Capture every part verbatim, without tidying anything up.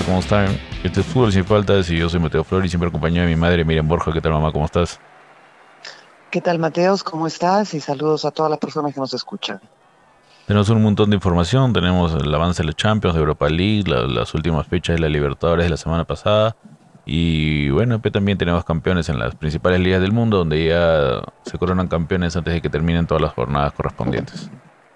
¿cómo están? Este es Fútbol Sin Faltas y yo soy Mateo Flores y siempre acompañado de mi madre Miriam Borja. ¿Qué tal, mamá? ¿Cómo estás? ¿Qué tal, Mateos? ¿Cómo estás? Y saludos a todas las personas que nos escuchan. Tenemos un montón de información, tenemos el avance de la Champions, de Europa League, la- las últimas fechas de la Libertadores de la semana pasada y bueno, pues también tenemos campeones en las principales ligas del mundo donde ya se coronan campeones antes de que terminen todas las jornadas correspondientes.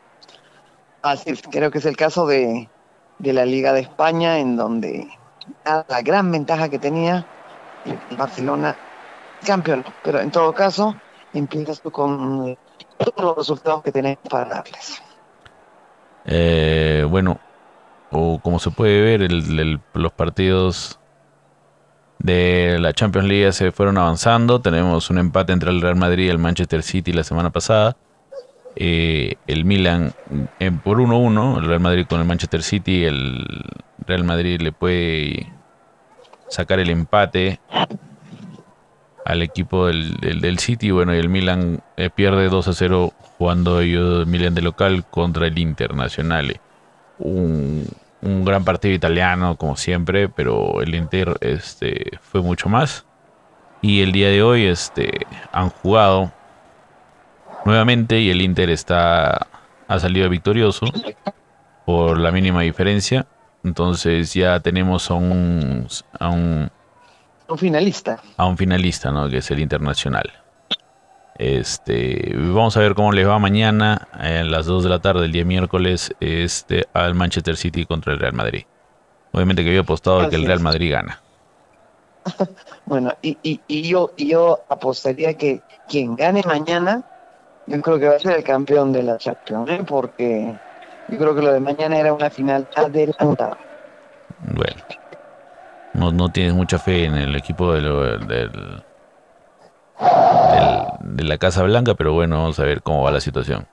Así es, creo que es el caso de, de la Liga de España, en donde ah, la gran ventaja que tenía el Barcelona campeón. Pero en todo caso, empiezas tú con todos los resultados que tenemos para darles. Eh, bueno, o como se puede ver, el- el- los partidos de la Champions League se fueron avanzando. Tenemos un empate entre el Real Madrid y el Manchester City la semana pasada. Eh, el Milan eh, por uno uno, el Real Madrid con el Manchester City. El Real Madrid le puede sacar el empate al equipo del, del, del City. Bueno, y el Milan eh, pierde dos a cero jugando ellos Milan de local contra el Internazionale. Un, un gran partido italiano, como siempre, pero el Inter este, fue mucho más. Y el día de hoy este, han jugado nuevamente y el Inter está, ha salido victorioso por la mínima diferencia. Entonces ya tenemos a un, a un, Un finalista. a un finalista, ¿no? Que es el Internacional. Este, vamos a ver cómo les va mañana a las dos de la tarde, el día miércoles, este, al Manchester City contra el Real Madrid. Obviamente que había apostado a que el Así Real es. Madrid gana. Bueno, y, y, y yo, y yo apostaría que quien gane mañana, yo creo que va a ser el campeón de la Champions, ¿eh? Porque yo creo que lo de mañana era una final adelantada. Bueno, no, no tienes mucha fe en el equipo de lo- del, del- de la Casa Blanca, pero bueno, vamos a ver cómo va la situación.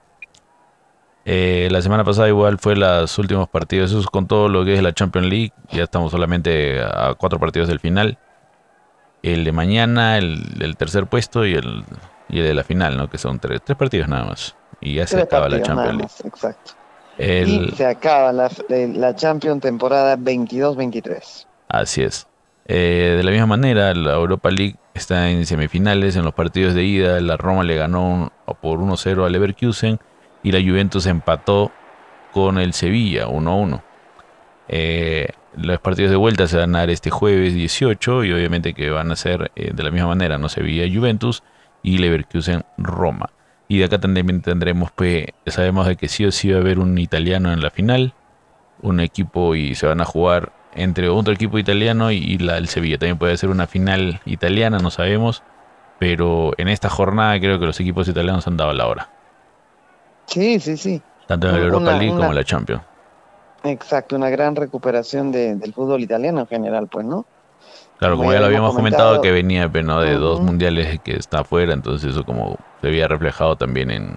Eh, la semana pasada igual fue los últimos partidos, eso es con todo lo que es la Champions League, ya estamos solamente a cuatro partidos del final. El de mañana, el del tercer puesto y el, y el de la final, ¿no? Que son tres, tres partidos nada más. Y ya se Tres acaba la partidos nada Champions League. más, exacto. Y El, se acaba la, la Champions temporada veintidós veintitrés. Así es. Eh, de la misma manera, la Europa League está en semifinales. En los partidos de ida, la Roma le ganó un- por uno cero al Leverkusen y la Juventus empató con el Sevilla uno a uno. Eh, los partidos de vuelta se van a dar este jueves dieciocho y obviamente que van a ser eh, de la misma manera, ¿no? Sevilla Juventus y Leverkusen Roma. Y de acá también tendremos, pues, sabemos de que sí o sí va a haber un italiano en la final, un equipo y se van a jugar entre otro equipo italiano y, y la del Sevilla. También puede ser una final italiana, no sabemos, pero en esta jornada creo que los equipos italianos han dado la hora, Sí, sí, sí. tanto en la Un- Europa Una, League como una, en la Champions. exacto, una gran recuperación de- del fútbol italiano en general, pues, ¿no? Claro, Como como ya ya lo habíamos habíamos comentado que comentado, venía pues, ¿no? de dos ujú, mundiales que está afuera, entonces eso como se había reflejado también en,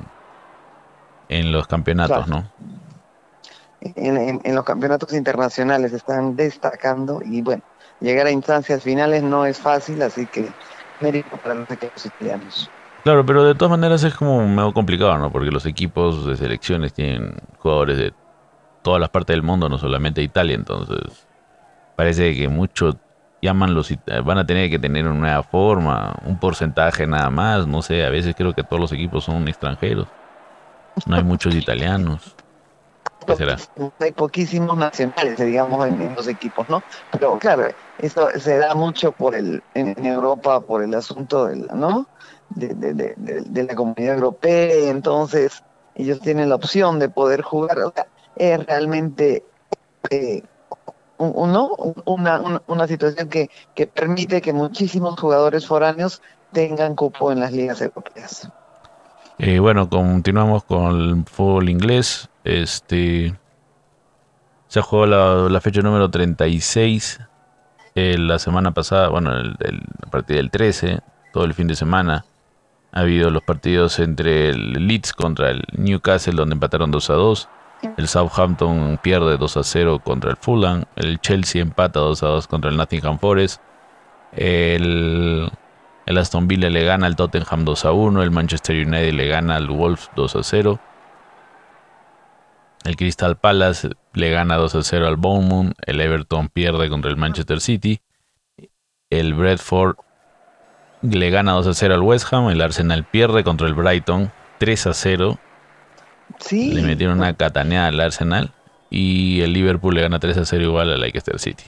en los campeonatos, claro, ¿no? en, en- en los campeonatos internacionales están destacando y bueno, llegar a instancias finales no es fácil, así que mérito para los equipos italianos. Claro, pero de todas maneras es como medio complicado, ¿no? Porque los equipos de selecciones tienen jugadores de todas las partes del mundo, no solamente Italia, entonces parece que muchos llaman los it- van a tener que tener una nueva forma, un porcentaje nada más, no sé, a veces creo que todos los equipos son extranjeros, no hay muchos italianos, ¿qué será? Hay poquísimos nacionales, digamos, en, en los equipos, ¿no? Pero claro, eso se da mucho por el, en, en Europa, por el asunto del, ¿no? De, de, de, de- de la comunidad europea, entonces ellos tienen la opción de poder jugar, o sea, es realmente eh, un- un- ¿no? Un- una, una, una situación que, que permite que muchísimos jugadores foráneos tengan cupo en las ligas europeas. Eh, bueno, continuamos con el fútbol inglés, este, se ha jugado la, la fecha número treinta y seis, eh, la semana pasada, bueno, el, el- a partir del trece, todo el fin de semana. Ha habido los partidos entre el Leeds contra el Newcastle, donde empataron dos a dos. El Southampton pierde dos a cero contra el Fulham. El Chelsea empata dos a dos contra el Nottingham Forest. El, el Aston Villa le gana al Tottenham dos a uno. El Manchester United le gana al Wolves dos a cero. El Crystal Palace le gana dos a cero al Bournemouth. El Everton pierde contra el Manchester City. El Brentford le gana dos a cero al West Ham. El Arsenal pierde contra el Brighton tres a cero. Sí. Le metieron una cataneada al Arsenal. Y el Liverpool le gana tres a cero igual al Leicester City.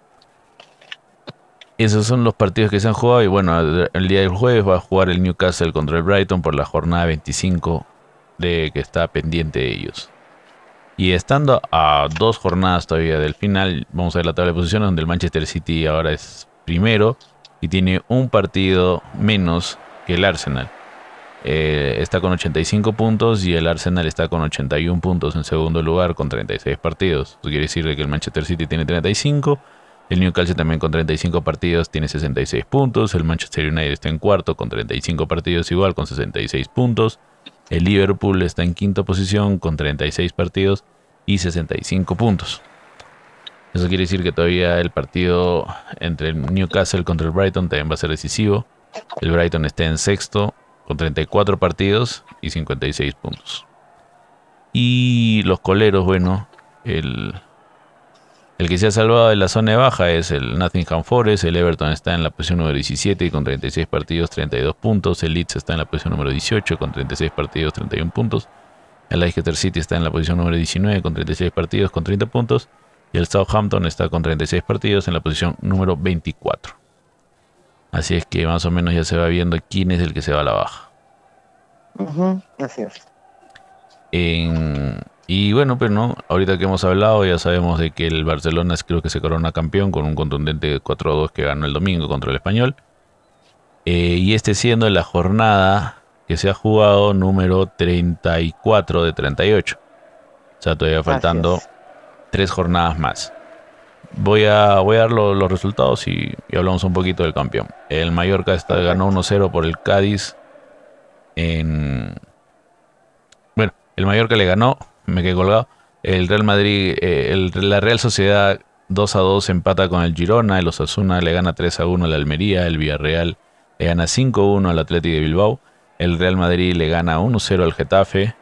Esos son los partidos que se han jugado. Y bueno, el día del jueves va a jugar el Newcastle contra el Brighton por la jornada veinticinco de que está pendiente de ellos. Y estando a dos jornadas todavía del final, vamos a ver la tabla de posiciones donde el Manchester City ahora es primero y tiene un partido menos que el Arsenal. Eh, está con ochenta y cinco puntos y el Arsenal está con ochenta y uno puntos en segundo lugar con treinta y seis partidos. Eso quiere decir que el Manchester City tiene treinta y cinco, el Newcastle también con treinta y cinco partidos tiene sesenta y seis puntos, el Manchester United está en cuarto con treinta y cinco partidos igual con sesenta y seis puntos. El Liverpool está en quinta posición con treinta y seis partidos y sesenta y cinco puntos. Eso quiere decir que todavía el partido entre el Newcastle contra el Brighton también va a ser decisivo. El Brighton está en sexto con treinta y cuatro partidos y cincuenta y seis puntos. Y los coleros, bueno, el, el que se ha salvado de la zona baja es el Nottingham Forest. El Everton está en la posición número diecisiete y con treinta y seis partidos, treinta y dos puntos. El Leeds está en la posición número dieciocho con treinta y seis partidos, treinta y uno puntos. El Leicester City está en la posición número diecinueve con treinta y seis partidos, con treinta puntos. Y el Southampton está con treinta y seis partidos en la posición número veinticuatro. Así es que más o menos ya se va viendo quién es el que se va a la baja. Uh-huh, así es. En, y bueno, pues no, ahorita que hemos hablado ya sabemos de que el Barcelona creo que se corona campeón con un contundente cuatro a dos que ganó el domingo contra el Español. Eh, y este siendo la jornada que se ha jugado número treinta y cuatro de treinta y ocho. O sea, todavía faltando tres jornadas más. Voy a, voy a dar lo, los resultados y, y hablamos un poquito del campeón. El Mallorca está, ganó uno cero por el Cádiz. En... Bueno, el Mallorca le ganó, me quedé colgado. El Real Madrid, eh, el, la Real Sociedad dos a dos empata con el Girona. El Osasuna le gana tres a uno al Almería. El Villarreal le gana cinco a uno al Athletic de Bilbao. El Real Madrid le gana uno cero al Getafe.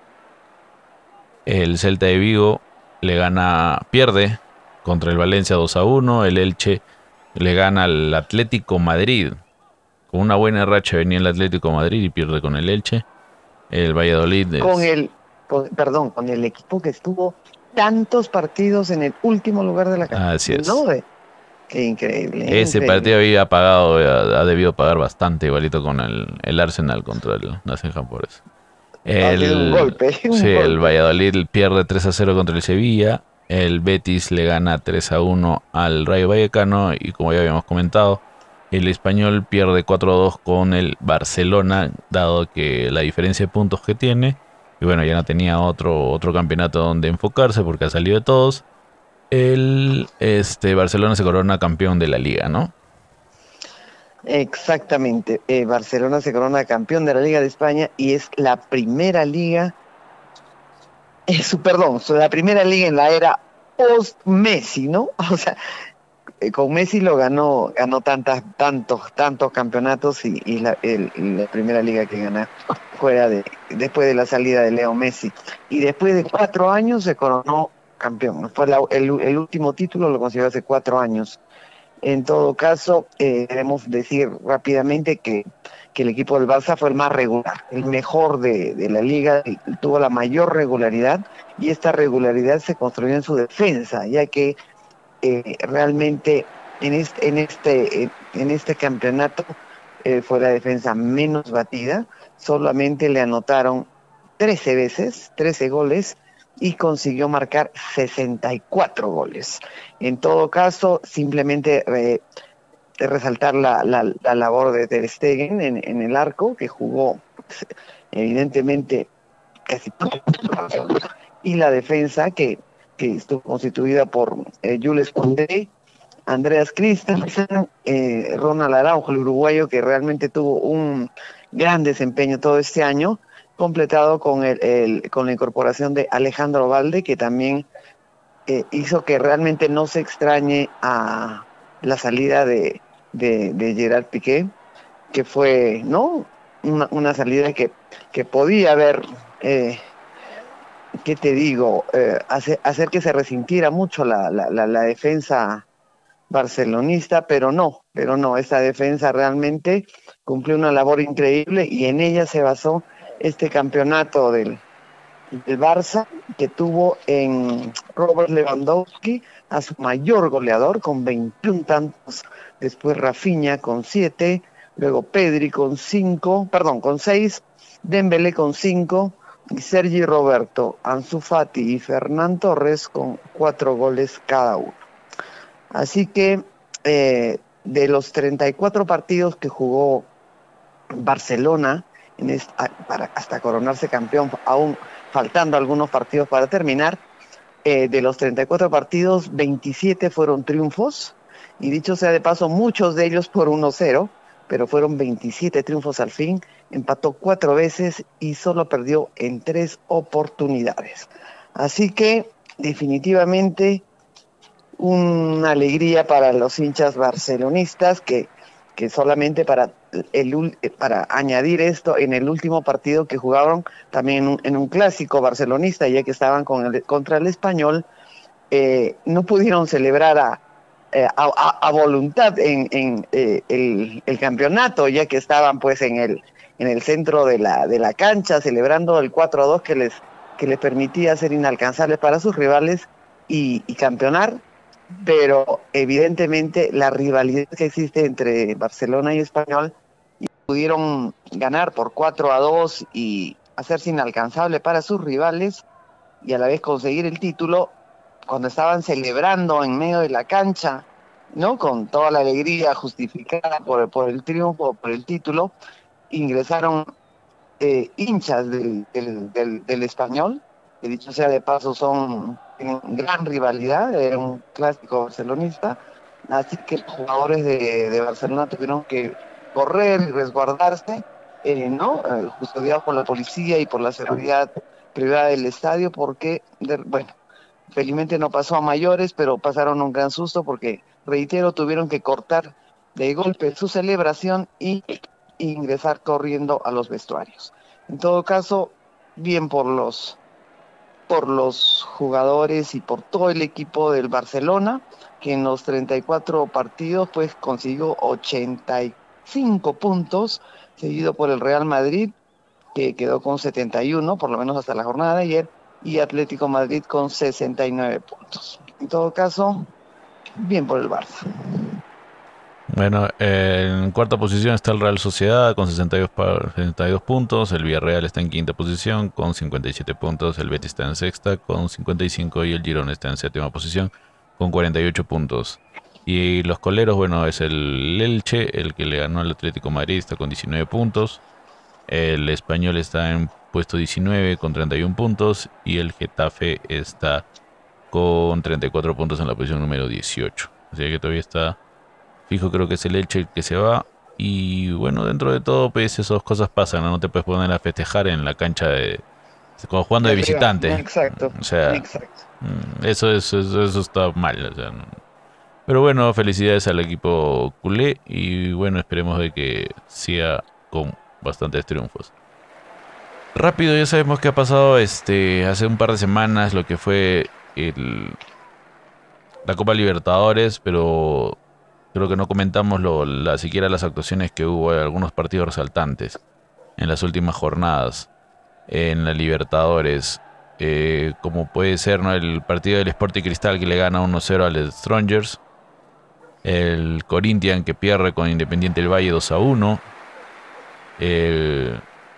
El Celta de Vigo le gana, pierde contra el Valencia dos a uno. El Elche le gana al Atlético Madrid. Con una buena racha venía el Atlético Madrid y pierde con el Elche. El Valladolid. Es... Con el, con, perdón, con el equipo que estuvo tantos partidos en el último lugar de la categoría. Así es. ¿No? Qué increíble. Ese increíble. partido había pagado, ha debido pagar bastante, igualito con el, el Arsenal contra el Nottingham Forest. El, un golpe, un sí, golpe. El Valladolid pierde tres a cero contra el Sevilla. El Betis le gana tres a uno al Rayo Vallecano. Y como ya habíamos comentado, el Español pierde cuatro a dos con el Barcelona, dado que la diferencia de puntos que tiene. Y bueno, ya no tenía otro, otro campeonato donde enfocarse porque ha salido de todos. El este, Barcelona se corona campeón de la liga, ¿no? Exactamente. Eh, Barcelona se corona campeón de la Liga de España y es la primera liga, eh, su, perdón, la primera liga en la era post-Messi, ¿no? O sea, eh, con Messi lo ganó, ganó tantas, tantos, tantos campeonatos y, y la, el, la primera liga que gana fuera de, después de la salida de Leo Messi. Y después de cuatro años se coronó campeón. Fue la, el, el último título lo consiguió hace cuatro años. En todo caso, eh, queremos decir rápidamente que, que el equipo del Barça fue el más regular, el mejor de, de la liga, tuvo la mayor regularidad y esta regularidad se construyó en su defensa, ya que eh, realmente en este, en este, en este campeonato eh, fue la defensa menos batida, solamente le anotaron trece veces, trece goles, y consiguió marcar sesenta y cuatro goles. En todo caso, simplemente eh, resaltar la, la, la labor de Ter Stegen en, en el arco, que jugó evidentemente casi todo, y la defensa que, que estuvo constituida por eh, Jules Koundé, Andreas Christensen, eh, Ronald Araujo, el uruguayo, que realmente tuvo un gran desempeño todo este año, completado con, el, el, con la incorporación de Alejandro Valde, que también eh, hizo que realmente no se extrañe a la salida de, de, de Gerard Piqué, que fue, ¿no?, una, una salida que, que podía haber eh, ¿qué te digo? Eh, hace, hacer que se resintiera mucho la, la, la, la defensa barcelonista, pero no, pero no, esa defensa realmente cumplió una labor increíble y en ella se basó este campeonato del, del Barça, que tuvo en Robert Lewandowski a su mayor goleador con veintiún tantos, después Rafinha con siete, luego Pedri con cinco, perdón, con seis, Dembélé con cinco, y Sergi Roberto, Ansu Fati y Fernán Torres con cuatro goles cada uno. Así que eh, de los treinta y cuatro partidos que jugó Barcelona en esta, para, hasta coronarse campeón, aún faltando algunos partidos para terminar, eh, de los treinta y cuatro partidos, veintisiete fueron triunfos, y dicho sea de paso, muchos de ellos por uno cero, pero fueron veintisiete triunfos al fin, empató cuatro veces y solo perdió en tres oportunidades. Así que definitivamente una alegría para los hinchas barcelonistas que, que solamente para, el, para añadir esto, en el último partido que jugaron también en un, en un clásico barcelonista, ya que estaban con el, contra el Español, eh, no pudieron celebrar a, a, a, a voluntad en, en eh, el, el campeonato, ya que estaban pues en el, en el centro de la, de la cancha celebrando el cuatro a dos que les, que les permitía ser inalcanzables para sus rivales y, y campeonar. Pero evidentemente la rivalidad que existe entre Barcelona y Español, y pudieron ganar por cuatro a dos y hacerse inalcanzable para sus rivales y a la vez conseguir el título cuando estaban celebrando en medio de la cancha, ¿no? Con toda la alegría justificada por, por el triunfo, por el título, ingresaron eh, hinchas del, del, del, del Español, que dicho sea de paso son tienen gran rivalidad, era un clásico barcelonista, así que los jugadores de, de Barcelona tuvieron que correr y resguardarse, eh, ¿no? Eh, custodiados por la policía y por la seguridad privada del estadio, porque, de, bueno, felizmente no pasó a mayores, pero pasaron un gran susto porque, reitero, tuvieron que cortar de golpe su celebración y ingresar corriendo a los vestuarios. En todo caso, bien por los por los jugadores y por todo el equipo del Barcelona, que en los treinta y cuatro partidos pues consiguió ochenta y cinco puntos, seguido por el Real Madrid, que quedó con setenta y uno, por lo menos hasta la jornada de ayer, y Atlético Madrid con sesenta y nueve puntos. En todo caso, bien por el Barça. Bueno, eh, en cuarta posición está el Real Sociedad con sesenta y dos, sesenta y dos puntos, el Villarreal está en quinta posición con cincuenta y siete puntos, el Betis está en sexta con cincuenta y cinco y el Girona está en séptima posición con cuarenta y ocho puntos. Y los coleros, bueno, es el Elche, el que le ganó al Atlético Madrid, está con diecinueve puntos, el Español está en puesto diecinueve con treinta y uno puntos y el Getafe está con treinta y cuatro puntos en la posición número dieciocho. Así que todavía está fijo, creo que es el Elche el que se va. Y bueno, dentro de todo, pues esas cosas pasan, ¿no? No te puedes poner a festejar en la cancha de... como jugando de visitante. Exacto. O sea, exacto. Eso, es, eso, eso está mal. O sea, no. Pero bueno, felicidades al equipo culé. Y bueno, esperemos de que siga con bastantes triunfos. Rápido, ya sabemos que ha pasado este hace un par de semanas lo que fue el, la Copa Libertadores, pero... creo que no comentamos lo, la, siquiera las actuaciones que hubo en algunos partidos resaltantes en las últimas jornadas en la Libertadores. Eh, como puede ser, ¿no?, el partido del Sporting Cristal que le gana uno cero al Strongers. El Corinthians que pierde con Independiente del Valle dos a uno. El,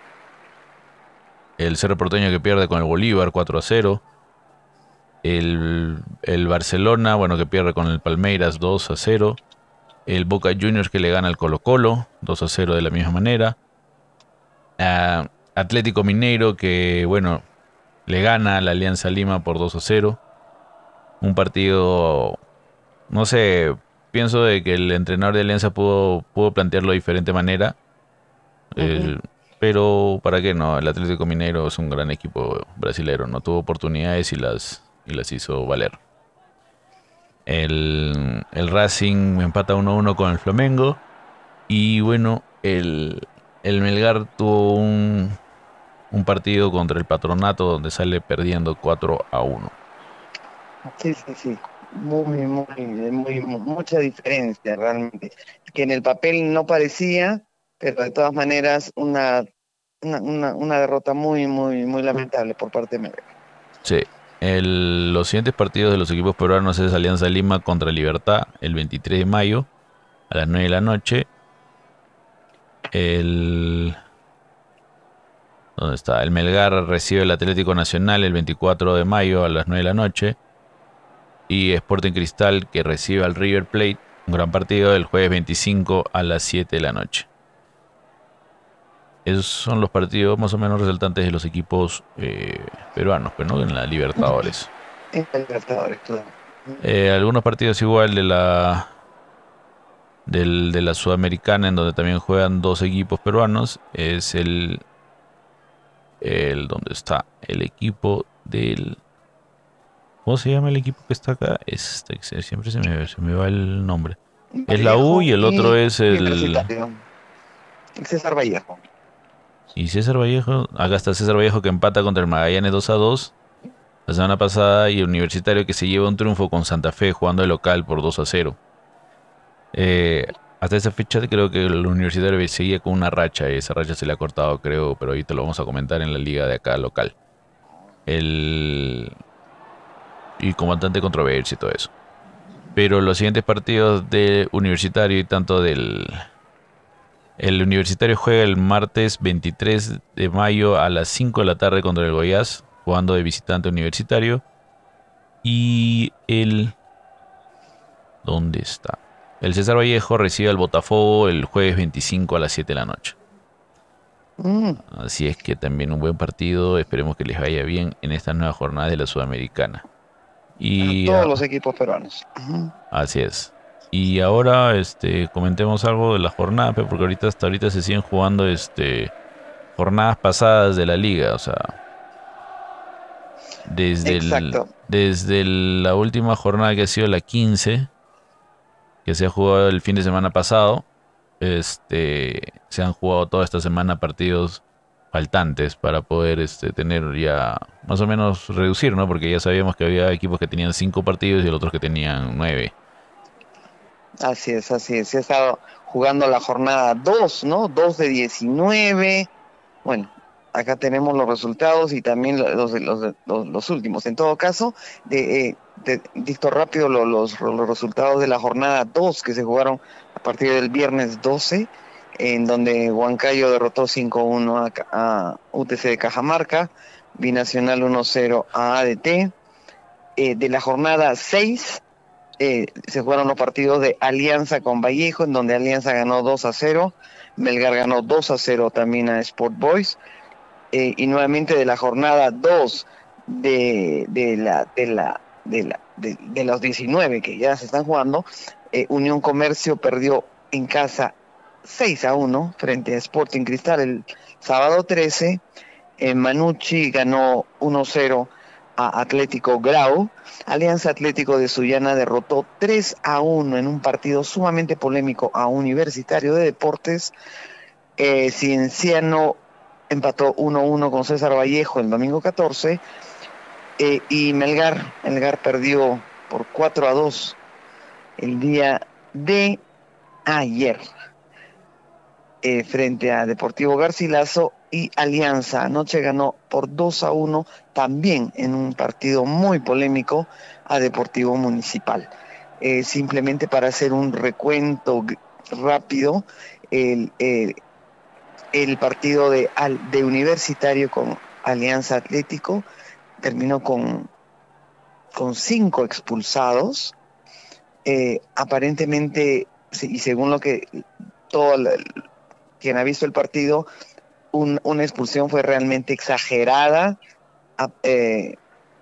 el Cerro Porteño que pierde con el Bolívar cuatro a cero. El, el Barcelona, bueno, que pierde con el Palmeiras dos a cero. El Boca Juniors que le gana al Colo Colo dos a cero de la misma manera. Uh, Atlético Mineiro que, bueno, le gana a la Alianza Lima por dos a cero. Un partido, no sé, pienso de que el entrenador de Alianza pudo, pudo plantearlo de diferente manera. Uh-huh. el, pero, ¿para qué no? El Atlético Mineiro es un gran equipo brasilero. No tuvo oportunidades y las, y las hizo valer. El, el Racing empata uno a uno con el Flamengo. Y bueno, el, el Melgar tuvo un, un partido contra el Patronato donde sale perdiendo cuatro a uno. Sí, sí, sí. Muy, muy, muy, mu- mucha diferencia realmente. Que en el papel no parecía, pero de todas maneras una, una, una, una derrota muy, muy, muy lamentable por parte de Melgar. Sí. El- los siguientes partidos de los equipos peruanos es Alianza Lima contra Libertad el veintitrés de mayo a las nueve de la noche. El, ¿dónde está? El Melgar recibe el Atlético Nacional el veinticuatro de mayo a las nueve de la noche. Y Sporting Cristal que recibe al River Plate, un gran partido, el jueves veinticinco a las siete de la noche. Esos son los partidos más o menos resaltantes de los equipos eh, peruanos, pero no en la Libertadores. En el Libertadores, claro. Eh, algunos partidos igual de la del, de la Sudamericana, en donde también juegan dos equipos peruanos, es el, el donde está el equipo del, ¿cómo se llama el equipo que está acá? Este, siempre se me, se me va el nombre. Es la U y Vallejo el otro y es el... Universitario. El César Vallejo. Y César Vallejo, acá está César Vallejo que empata contra el Magallanes dos a dos la semana pasada, y el Universitario que se lleva un triunfo con Santa Fe jugando de local por dos a cero. Eh, hasta esa fecha creo que el Universitario seguía con una racha, y esa racha se le ha cortado, creo, pero ahorita lo vamos a comentar en la liga de acá local. El... Y con bastante controversia y todo eso. Pero los siguientes partidos de Universitario y tanto del... El Universitario juega el martes veintitrés de mayo a las cinco de la tarde contra el Goiás, jugando de visitante universitario. Y el... ¿Dónde está? El César Vallejo recibe al Botafogo el jueves veinticinco a las siete de la noche. Mm, Así es que también un buen partido. Esperemos que les vaya bien en esta nueva jornada de la Sudamericana. a Y todos ah, los equipos peruanos. Ujú. así es. Y ahora este comentemos algo de la jornada, pe, porque ahorita hasta ahorita se siguen jugando este jornadas pasadas de la liga, o sea, desde el, Exacto. desde el- la última jornada que ha sido la quince, que se ha jugado el fin de semana pasado, este se han jugado toda esta semana partidos faltantes para poder este tener ya más o menos reducir, ¿no? Porque ya sabíamos que había equipos que tenían cinco partidos y otros que tenían nueve. Así es, así es. Se ha estado jugando la jornada dos, ¿no? Dos de diecinueve. Bueno, acá tenemos los resultados y también los, los, los, los últimos. En todo caso, de, eh, de, dicto rápido los, los, los resultados de la jornada dos que se jugaron a partir del viernes doce, en donde Huancayo derrotó cinco a uno a, a U T C de Cajamarca, Binacional uno cero a A D T. Eh, de la jornada seis eh, se jugaron los partidos de Alianza con Vallejo, en donde Alianza ganó dos a cero, Melgar ganó dos a cero también a Sport Boys, eh, y nuevamente de la jornada dos de, de, la, de, la, de, la, de, de los diecinueve que ya se están jugando, eh, Unión Comercio perdió en casa seis a uno frente a Sporting Cristal el sábado trece, eh, Manucci ganó uno cero a Atlético Grau. Alianza Atlético de Sullana derrotó tres a uno en un partido sumamente polémico a Universitario de Deportes. Eh, Cienciano empató uno a uno con César Vallejo el domingo catorce. Eh, y Melgar, Melgar perdió por cuatro a dos el día de ayer eh, frente a Deportivo Garcilaso, y Alianza anoche ganó por dos a uno también en un partido muy polémico a Deportivo Municipal. Eh, simplemente para hacer un recuento rápido, el, el, el partido de, de Universitario con Alianza Atlético terminó con, con cinco expulsados. Eh, aparentemente, y según lo que todo el, quien ha visto el partido, un, una expulsión fue realmente exagerada. Eh,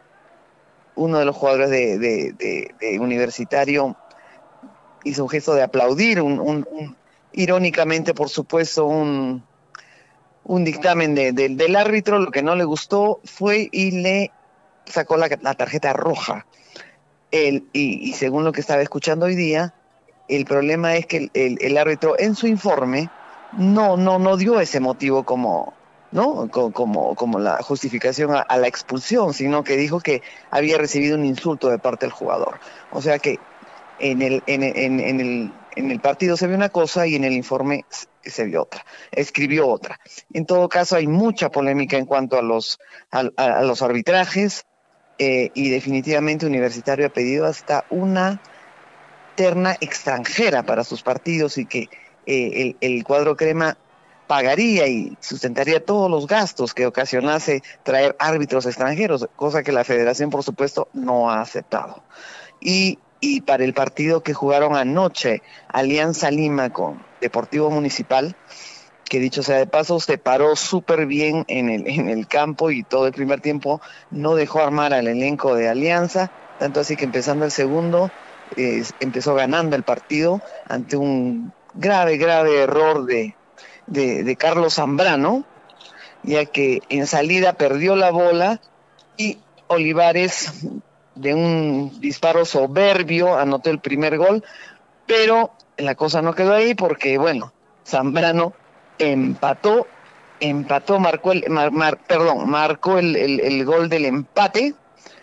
uno de los jugadores de, de, de, de Universitario hizo un gesto de aplaudir, un, un, un, irónicamente, por supuesto, un, un dictamen de, de, del árbitro. Lo que no le gustó fue y le sacó la, la tarjeta roja. El, y, y según lo que estaba escuchando hoy día, el problema es que el, el, el árbitro en su informe no, no, no dio ese motivo como, ¿no? Co- Como, como la justificación a, a la expulsión, sino que dijo que había recibido un insulto de parte del jugador. O sea que en el, en, en, en el, en el partido se vio una cosa y en el informe se vio otra, escribió otra. En todo caso, hay mucha polémica en cuanto a los, a, a los arbitrajes, eh, y definitivamente Universitario ha pedido hasta una terna extranjera para sus partidos y que eh, el, el cuadro crema pagaría y sustentaría todos los gastos que ocasionase traer árbitros extranjeros, cosa que la federación, por supuesto, no ha aceptado. Y, y para el partido que jugaron anoche, Alianza Lima con Deportivo Municipal, que dicho sea de paso, se paró súper bien en el, en el campo y todo el primer tiempo no dejó armar al elenco de Alianza, tanto así que empezando el segundo, eh, empezó ganando el partido ante un grave, grave error de, de, de Carlos Zambrano, ya que en salida perdió la bola y Olivares, de un disparo soberbio, anotó el primer gol, pero la cosa no quedó ahí porque, bueno, Zambrano empató, empató, marcó el, mar, mar, perdón, marcó el, el, el gol del empate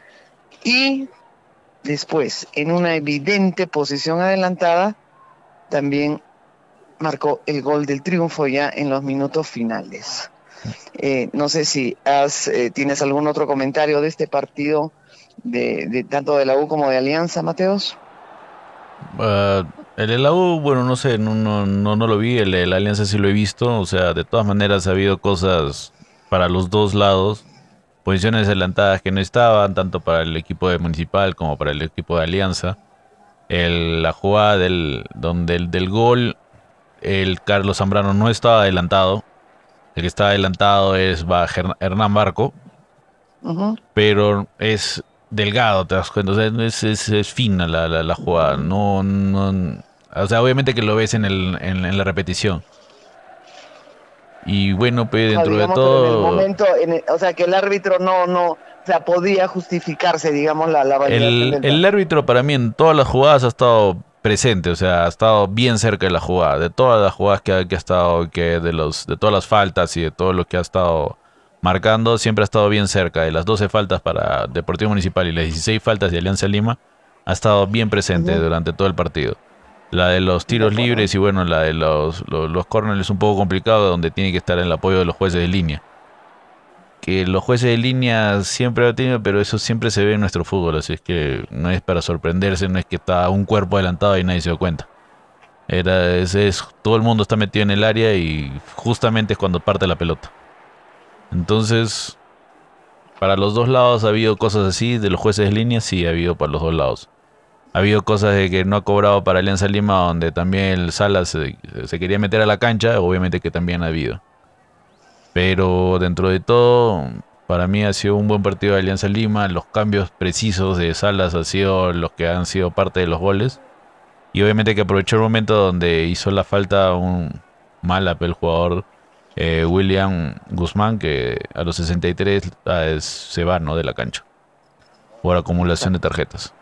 y después, en una evidente posición adelantada, también marcó el gol del triunfo ya en los minutos finales. Eh, no sé si has, eh, tienes algún otro comentario de este partido, de, de tanto de la U como de Alianza, Mateos. Uh, el de la U, bueno, no sé, no, no, no, no lo vi, el de la Alianza sí lo he visto, o sea, de todas maneras ha habido cosas para los dos lados, posiciones adelantadas que no estaban, tanto para el equipo de Municipal como para el equipo de Alianza. El, la jugada del, donde el, del gol, el Carlos Zambrano no estaba adelantado, el que está adelantado es va Hernán Barco, uh-huh. pero es delgado, te das cuenta, o sea, es, es, es fina la, la, la jugada, no, no, o sea, obviamente que lo ves en, el, en, en la repetición. Y bueno, pues dentro digamos de todo... En el momento, en el, o sea, que el árbitro no, no, o sea, podía justificarse, digamos, la, la validación el, del el árbitro para mí en todas las jugadas ha estado presente, o sea, ha estado bien cerca de la jugada, de todas las jugadas que ha, que ha estado, que de los, de todas las faltas y de todo lo que ha estado marcando, siempre ha estado bien cerca. De las doce faltas para Deportivo Municipal y las dieciséis faltas de Alianza Lima, ha estado bien presente uh-huh. durante todo el partido. La de los tiros libres y bueno, la de los, los, los córneres es un poco complicado, donde tiene que estar el apoyo de los jueces de línea. Que los jueces de línea siempre lo tienen, pero eso siempre se ve en nuestro fútbol, así es que no es para sorprenderse, no es que está un cuerpo adelantado y nadie se dio cuenta. Era, es, es, todo el mundo está metido en el área y justamente es cuando parte la pelota. Entonces, para los dos lados ha habido cosas así, de los jueces de línea sí ha habido para los dos lados. Ha habido cosas de que no ha cobrado para Alianza Lima, donde también el Salas se, se quería meter a la cancha, obviamente que también ha habido. Pero dentro de todo, para mí ha sido un buen partido de Alianza Lima. Los cambios precisos de Salas han sido los que han sido parte de los goles. Y obviamente que aprovechó el momento donde hizo la falta un mal el jugador eh, William Guzmán, que a los sesenta y tres ah, es, se va, ¿no?, de la cancha por acumulación de tarjetas.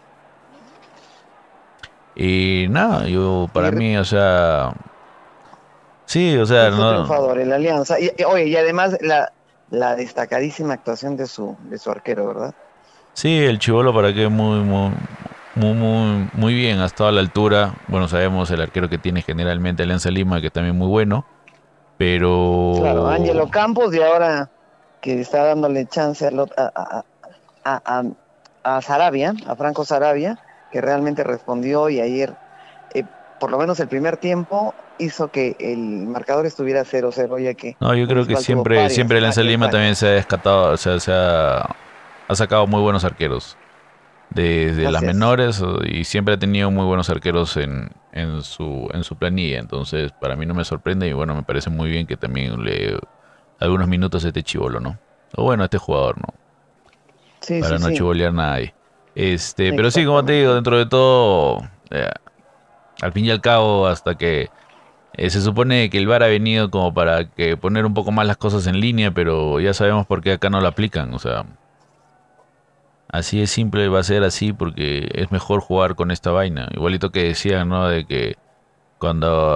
Y nada, yo para y, mí, o sea, sí, o sea, no. Triunfador en la Alianza. Y, y, oye, y además la, la destacadísima actuación de su de su arquero, ¿verdad? Sí, el chibolo para que muy muy muy muy muy bien, ha estado a la altura. Bueno, sabemos el arquero que tiene generalmente Alianza Lima, que también muy bueno, pero claro, Ángelo Campos, y ahora que está dándole chance a a a, a, a Sarabia, a Franco Sarabia, que realmente respondió, y ayer, eh, por lo menos el primer tiempo, hizo que el marcador estuviera cero cero, ya que... No, yo creo que siempre siempre Alianza Lima también se ha descatado, o sea, se ha, ha sacado muy buenos arqueros de, de las menores, y siempre ha tenido muy buenos arqueros en, en su en su planilla, entonces para mí no me sorprende, y bueno, me parece muy bien que también le algunos minutos a este chibolo, ¿no? O bueno, a este jugador, ¿no? Sí, para sí, no sí. chivolear nadie. Este, pero sí, como te digo, dentro de todo, eh, al fin y al cabo, hasta que eh, se supone que el V A R ha venido como para que poner un poco más las cosas en línea, pero ya sabemos por qué acá no lo aplican, o sea, así de simple va a ser así, porque es mejor jugar con esta vaina. Igualito que decían, ¿no?, de que cuando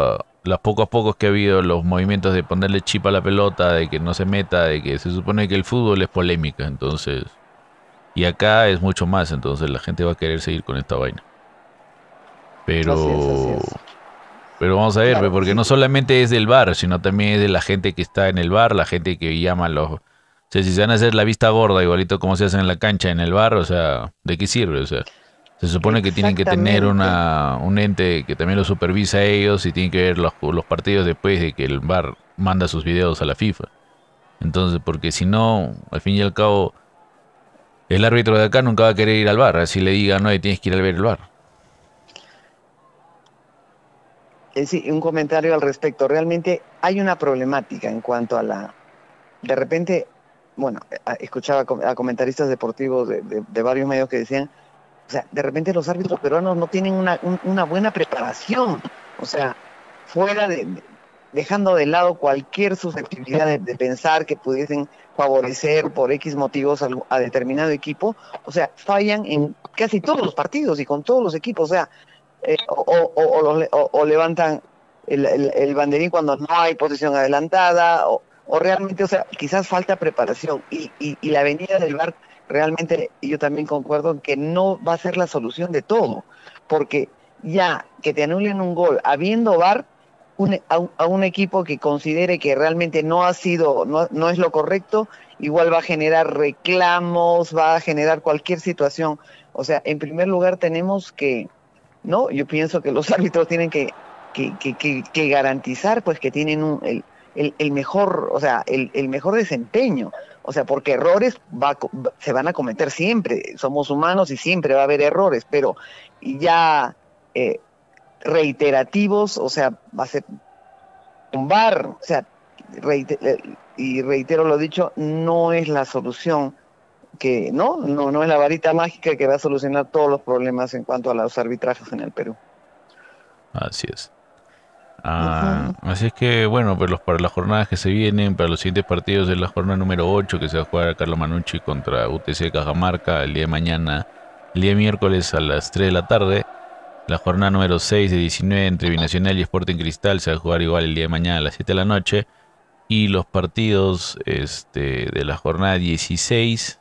las pocos pocos que ha habido, los movimientos de ponerle chip a la pelota, de que no se meta, de que se supone que el fútbol es polémica, entonces, y acá es mucho más, entonces la gente va a querer seguir con esta vaina. Así es, así Pero, es. pero vamos a ver, pe, Claro, porque sí, no solamente es del bar, sino también es de la gente que está en el bar, la gente que llama a los... O sea, si se van a hacer la vista gorda, igualito como se hace en la cancha, en el bar, o sea, ¿de qué sirve? O sea, se supone que tienen que tener exactamente. una, un ente que también los supervisa a ellos y tienen que ver los, los partidos después de que el bar manda sus videos a la FIFA. Entonces, porque si no, al fin y al cabo, el árbitro de acá nunca va a querer ir al bar, así le diga, no, y tienes que ir a ver el bar. Eh, sí, un comentario al respecto. Realmente hay una problemática en cuanto a la... De repente, bueno, a- escuchaba com- a comentaristas deportivos de, de- de varios medios que decían, o sea, de repente los árbitros peruanos no tienen una, un- una buena preparación. O sea, fuera de, de- dejando de lado cualquier susceptibilidad de, de pensar que pudiesen favorecer por X motivos a, a determinado equipo, o sea, fallan en casi todos los partidos y con todos los equipos. O sea, eh, o, o, o, los, o, o, levantan el, el, el, banderín cuando no hay posición adelantada, o, o realmente, o sea, quizás falta preparación. Y, y, y la venida del V A R, realmente, yo también concuerdo en que no va a ser la solución de todo, porque ya que te anulen un gol habiendo V A R, un, a, un, a, un equipo que considere que realmente no ha sido, no, no es lo correcto, igual va a generar reclamos, va a generar cualquier situación. O sea, en primer lugar tenemos que, ¿no? Yo pienso que los árbitros tienen que, que, que, que, que garantizar pues que tienen un, el, el, el, mejor, o sea, el, el, mejor desempeño. O sea, porque errores va, se van a cometer siempre. Somos humanos y siempre va a haber errores, pero ya eh, reiterativos, o sea, va a ser un V A R, o sea, reiter, y reitero lo dicho, no es la solución que no, no, no es la varita mágica que va a solucionar todos los problemas en cuanto a los arbitrajes en el Perú. Así es. Uh Ah, -huh. así es que, bueno, pues los, para las jornadas que se vienen, para los siguientes partidos de la jornada número ocho, que se va a jugar Carlos Manucci contra U T C Cajamarca el día de mañana, el día miércoles a las tres de la tarde. La jornada número seis de diecinueve entre Binacional y Sporting Cristal se va a jugar igual el día de mañana a las siete de la noche. Y los partidos este, de la jornada dieciséis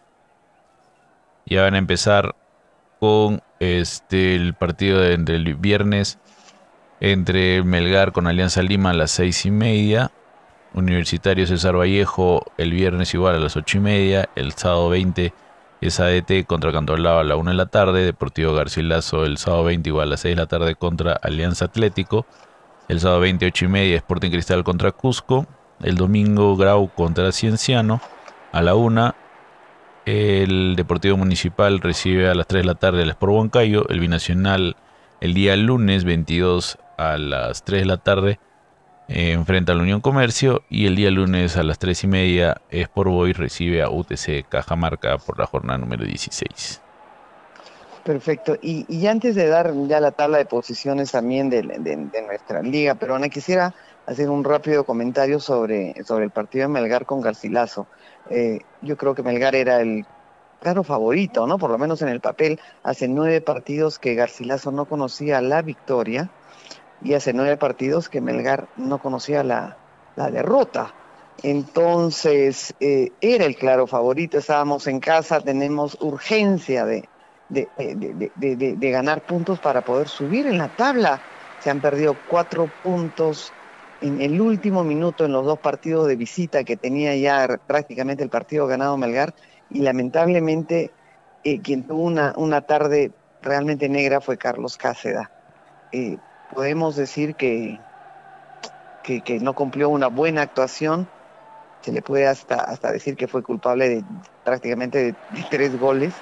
ya van a empezar con este, el partido de, del viernes entre Melgar con Alianza Lima a las seis y media. Universitario César Vallejo el viernes igual a las ocho y media. El sábado veinte es A D T contra Cantolao a la una de la tarde. Deportivo Garcilaso el sábado veinte igual a las seis de la tarde contra Alianza Atlético. El sábado veinte, ocho y media, Sporting Cristal contra Cusco. El domingo, Grau contra Cienciano. A la una, el Deportivo Municipal recibe a las tres de la tarde el Sport Huancayo. El Binacional, el día lunes veintidós a las tres de la tarde, eh, enfrenta a la Unión Comercio. Y el día lunes a las tres y media, Sport Boys recibe a U T C Cajamarca por la jornada número dieciséis. Perfecto. Y, y antes de dar ya la tabla de posiciones también de, de, de nuestra liga peruana, quisiera hacer un rápido comentario sobre, sobre el partido de Melgar con Garcilaso. Eh, yo creo que Melgar era el claro favorito, ¿no? Por lo menos en el papel. Hace nueve partidos que Garcilaso no conocía la victoria y hace nueve partidos que Melgar no conocía la, la derrota. Entonces, eh, era el claro favorito, estábamos en casa, tenemos urgencia de, de, de, de, de, de ganar puntos para poder subir en la tabla. Se han perdido cuatro puntos en el último minuto en los dos partidos de visita que tenía ya prácticamente el partido ganado Melgar, y lamentablemente eh, quien tuvo una, una tarde realmente negra fue Carlos Cáceda. Eh, podemos decir que, que, que no cumplió una buena actuación. Se le puede hasta, hasta decir que fue culpable de prácticamente de, de tres goles.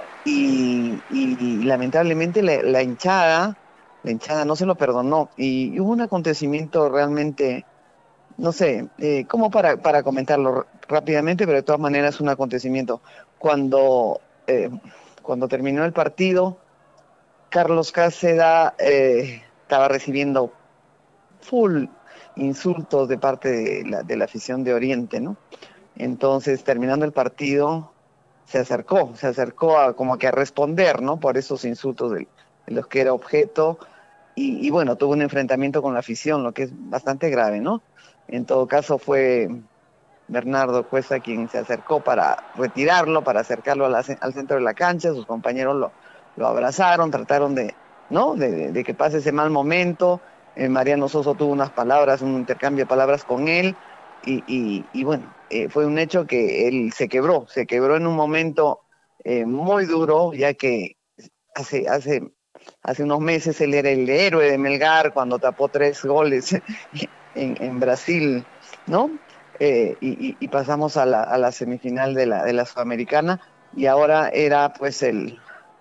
Y, y, y lamentablemente la, la hinchada, la hinchada no se lo perdonó. Y, y hubo un acontecimiento realmente, no sé, eh, como para, para comentarlo rápidamente, pero de todas maneras un acontecimiento. Cuando, eh, cuando terminó el partido, Carlos Cáceda eh, estaba recibiendo full insultos de parte de la, de la afición de Oriente, ¿no? Entonces, terminando el partido, se acercó, se acercó a como que a responder, ¿no? Por esos insultos de, de los que era objeto. y, y bueno, tuvo un enfrentamiento con la afición, lo que es bastante grave, ¿no? En todo caso fue Bernardo Cuesta quien se acercó para retirarlo, para acercarlo a la, al centro de la cancha, sus compañeros lo, lo abrazaron, trataron de, ¿no? De, de, de que pase ese mal momento. Eh, Mariano Soso tuvo unas palabras, un intercambio de palabras con él, y, y, y bueno, eh, fue un hecho que él se quebró, se quebró en un momento eh, muy duro, ya que hace, hace, hace unos meses él era el héroe de Melgar cuando tapó tres goles en, en Brasil, ¿no? Eh, y, y, pasamos a la, a la semifinal de la, de la Sudamericana, y ahora era pues el,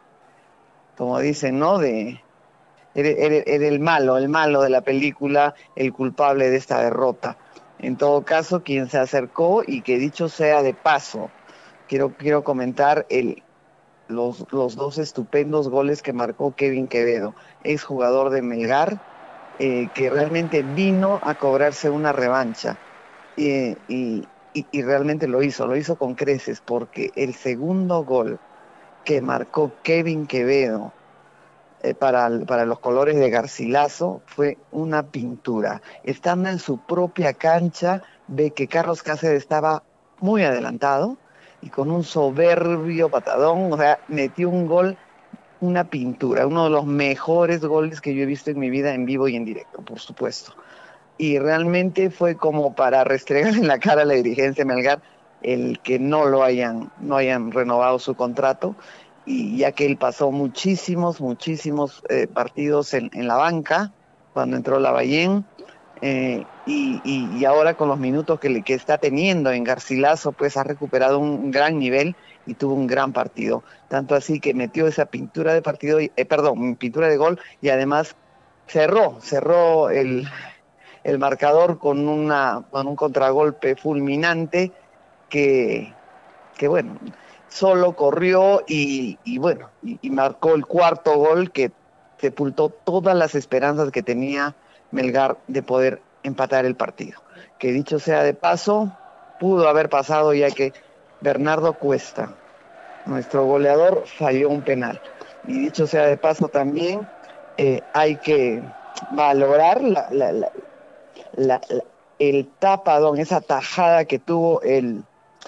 como dicen, ¿no? De, era, era, era el malo, el malo de la película, el culpable de esta derrota. En todo caso, quien se acercó, y que dicho sea de paso, quiero, quiero comentar el, los, los dos estupendos goles que marcó Kevin Quevedo, exjugador de Melgar, eh, que realmente vino a cobrarse una revancha. Eh, y, y, y realmente lo hizo, lo hizo con creces, porque el segundo gol que marcó Kevin Quevedo eh, para, para los colores de Garcilaso fue una pintura. Estando en su propia cancha, ve que Carlos Cáceres estaba muy adelantado y con un soberbio patadón, o sea, metió un gol, una pintura, uno de los mejores goles que yo he visto en mi vida en vivo y en directo, por supuesto. Y realmente fue como para restregar en la cara a la dirigencia de Melgar el que no lo hayan, no hayan renovado su contrato, y ya que él pasó muchísimos, muchísimos eh, partidos en, en la banca cuando entró Lavallén, eh, y, y, y ahora con los minutos que, le, que está teniendo en Garcilaso, pues ha recuperado un gran nivel y tuvo un gran partido, tanto así que metió esa pintura de partido, eh, perdón, pintura de gol, y además cerró, cerró el, el marcador con, una, con un contragolpe fulminante que, que bueno, solo corrió y, y bueno, y, y marcó el cuarto gol que sepultó todas las esperanzas que tenía Melgar de poder empatar el partido. Que dicho sea de paso, pudo haber pasado, ya que Bernardo Cuesta, nuestro goleador, falló un penal. Y dicho sea de paso también, eh, hay que valorar la, la, la, la, la, el tapadón, esa tajada que tuvo el,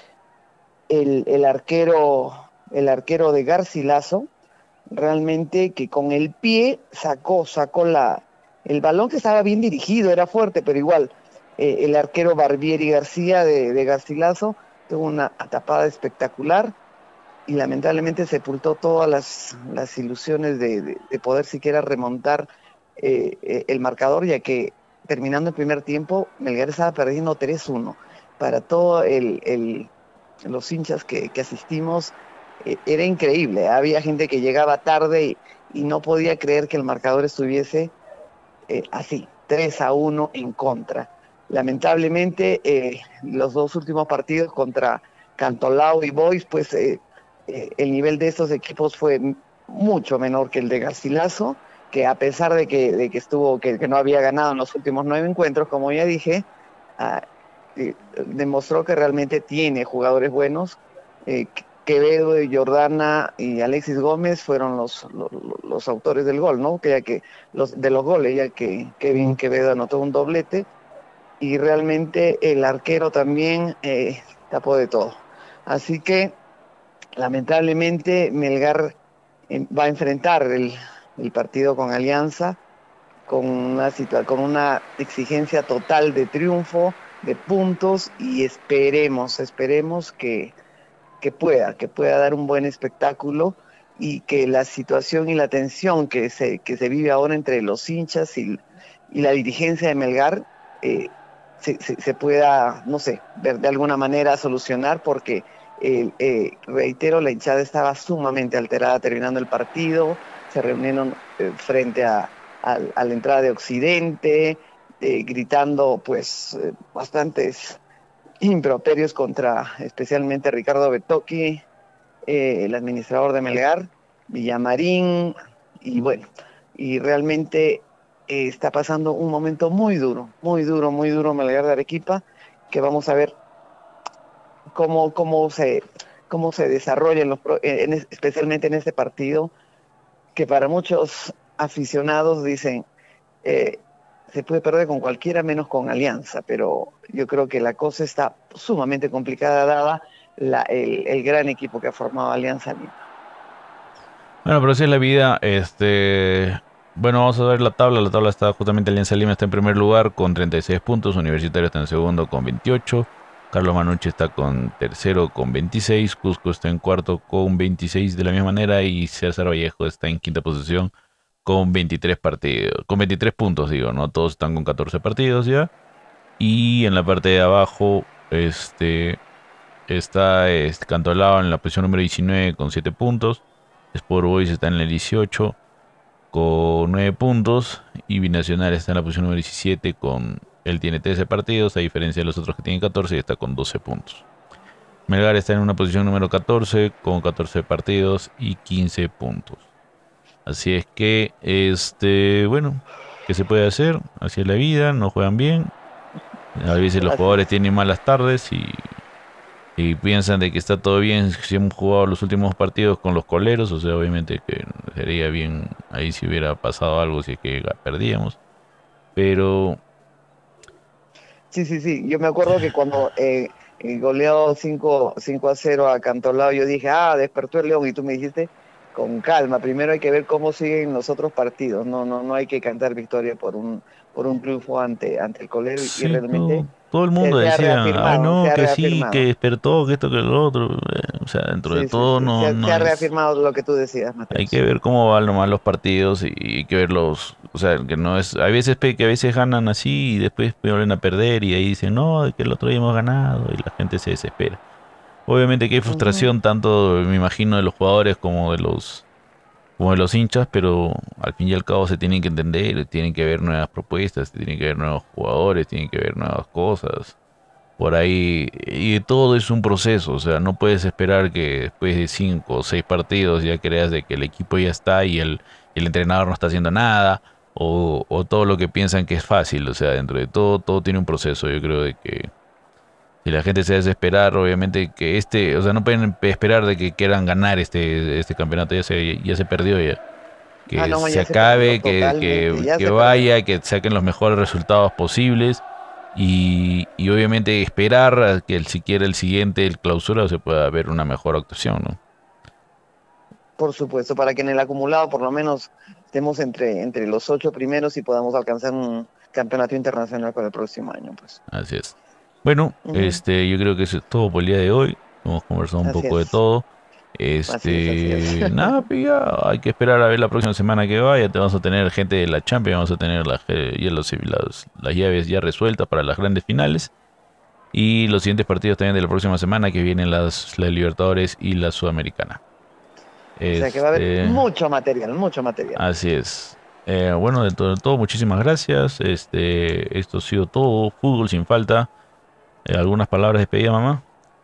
el, el arquero, el arquero de Garcilaso, realmente que con el pie sacó, sacó la, el balón, que estaba bien dirigido, era fuerte, pero igual, eh, el arquero Barbieri García de, de Garcilaso tuvo una tapada espectacular, y lamentablemente sepultó todas las, las ilusiones de, de, de poder siquiera remontar eh, el marcador, ya que terminando el primer tiempo, Melgar estaba perdiendo tres uno. Para todos el, el, los hinchas que, que asistimos, eh, era increíble. Había gente que llegaba tarde y, y no podía creer que el marcador estuviese eh, así, tres a uno en contra. Lamentablemente, eh, los dos últimos partidos contra Cantolao y Boys, pues eh, eh, el nivel de estos equipos fue mucho menor que el de Garcilaso, que a pesar de que, de que estuvo, que, que no había ganado en los últimos nueve encuentros, como ya dije, ah, eh, demostró que realmente tiene jugadores buenos. eh, Quevedo, Jordana y Alexis Gómez fueron los, los, los autores del gol, ¿no? Que ya que los, de los goles, ya que Kevin Quevedo anotó un doblete, y realmente el arquero también eh, tapó de todo. Así que lamentablemente Melgar eh, va a enfrentar el, el partido con Alianza con una, con una exigencia total de triunfo, de puntos, y esperemos, esperemos que, que pueda, que pueda dar un buen espectáculo, y que la situación y la tensión que se, que se vive ahora entre los hinchas y, y la dirigencia de Melgar eh, se, se, se pueda, no sé, ver de alguna manera solucionar, porque eh, eh, reitero, la hinchada estaba sumamente alterada terminando el partido, se reunieron eh, frente a, a, a, la entrada de Occidente, eh, gritando pues eh, bastantes improperios contra especialmente Ricardo Betocchi, eh, el administrador de Melgar, Villamarín, y bueno, y realmente eh, está pasando un momento muy duro, muy duro, muy duro Melgar de Arequipa, que vamos a ver cómo, cómo, se, cómo se desarrolla, en los, en, especialmente en este partido, que para muchos aficionados dicen eh, se puede perder con cualquiera menos con Alianza, pero yo creo que la cosa está sumamente complicada dada la, el, el gran equipo que ha formado Alianza Lima. Bueno, pero así es la vida. Este, bueno, vamos a ver la tabla. La tabla está justamente Alianza Lima está en primer lugar con treinta y seis puntos. Universitario está en segundo con veintiocho. Carlos Manucci está con tercero con veintiséis. Cusco está en cuarto con veintiséis de la misma manera. Y César Vallejo está en quinta posición con veintitrés partidos. Con veintitrés puntos, digo, ¿no? Todos están con catorce partidos ya. Y en la parte de abajo, este, está este, Cantolao en la posición número diecinueve con siete puntos. Sport Boys está en el dieciocho con nueve puntos. Y Binacional está en la posición número diecisiete con... Él tiene trece partidos, a diferencia de los otros que tienen catorce y está con doce puntos. Melgar está en una posición número catorce con catorce partidos y quince puntos. Así es que, este, bueno, ¿qué se puede hacer? Así es la vida, no juegan bien. A veces los jugadores tienen malas tardes y y piensan de que está todo bien si hemos jugado los últimos partidos con los coleros, o sea, obviamente que sería bien ahí si hubiera pasado algo si es que perdíamos, pero... Sí, sí, sí, yo me acuerdo que cuando eh, goleó cinco a cero a Cantolao, yo dije, ah, despertó el León, y tú me dijiste, con calma, primero hay que ver cómo siguen los otros partidos, no, no, no hay que cantar victoria por un, por un triunfo ante, ante el colero, y Sí, realmente todo, todo el se, mundo se ha decía, ay reafirmado, se no, ha que sí, que reafirmado. despertó, que esto, que lo otro, eh, o sea, dentro de Sí, sí, todo sí, se no, ha, se no ha es... reafirmado lo que tú decías, Hay que Mateus. ver cómo van nomás los partidos y, y hay que verlos, o sea, que no es, hay veces pe, que a veces ganan así y después vuelven a perder y ahí dicen, no, que el otro día hemos ganado y la gente se desespera. Obviamente que hay Ujú. frustración tanto, me imagino, de los jugadores como de los, como de los hinchas, pero al fin y al cabo se tienen que entender, tienen que ver nuevas propuestas, tienen que ver nuevos jugadores, tienen que ver nuevas cosas por ahí, y todo es un proceso, o sea, no puedes esperar que después de cinco o seis partidos ya creas de que el equipo ya está y el, el entrenador no está haciendo nada, o, o todo lo que piensan que es fácil, o sea, dentro de todo, todo tiene un proceso, yo creo de que si la gente se hace esperar, obviamente que este, o sea, no pueden esperar de que quieran ganar este, este campeonato, ya se, ya se perdió ya. Ah, Que no, se ya se perdió acabe, que, totalmente, que, ya que se perdió. vaya, que saquen los mejores resultados posibles y, y obviamente esperar a que el, siquiera el siguiente, el clausura, se pueda ver una mejor actuación, ¿no? Por supuesto, para que en el acumulado por lo menos estemos entre, entre los ocho primeros y podamos alcanzar un campeonato internacional para el próximo año, pues. Así es. Bueno, Ujú. este, yo creo que eso es todo por el día de hoy. Hemos conversado un Así poco de es, todo. así es, así es. Este, nada, pues ya hay que esperar a ver la próxima semana que vaya. Te vamos a tener gente de la Champions, vamos a tener las, eh, ya los- las, las llaves ya resueltas para las grandes finales. Y los siguientes partidos también de la próxima semana que vienen las, las Libertadores y la Sudamericana. O sea que va a haber Este, mucho material, mucho material. así es. Eh, bueno, de todo, de todo, muchísimas gracias. Este, esto ha sido todo. Fútbol sin falta. Eh, ¿algunas palabras de despedida, mamá?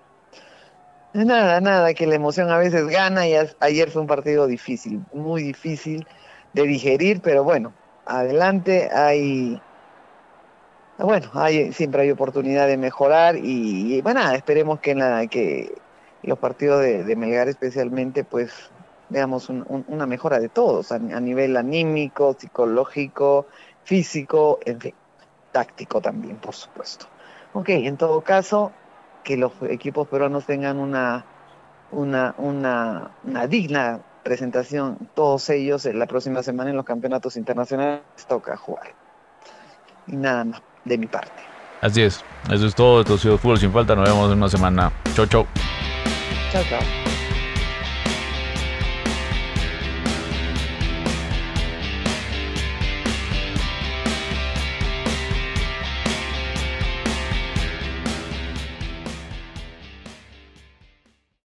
Nada, nada, que la emoción a veces gana y as- ayer fue un partido difícil, muy difícil de digerir, pero bueno, adelante hay, bueno, hay, siempre hay oportunidad de mejorar y, y, bueno, nada, esperemos que, en la, que los partidos de, de Melgar especialmente, pues veamos un- un- una mejora de todos, a, a nivel anímico, psicológico, físico, en fin, táctico también, por supuesto. Ok, en todo caso, que los equipos peruanos tengan una, una, una, una digna presentación, todos ellos, en la próxima semana en los campeonatos internacionales toca jugar. Y nada más de mi parte. Así es. Eso es todo. Esto ha sido Fútbol sin falta. Nos vemos en una semana. Chau, chau. Chao, chao.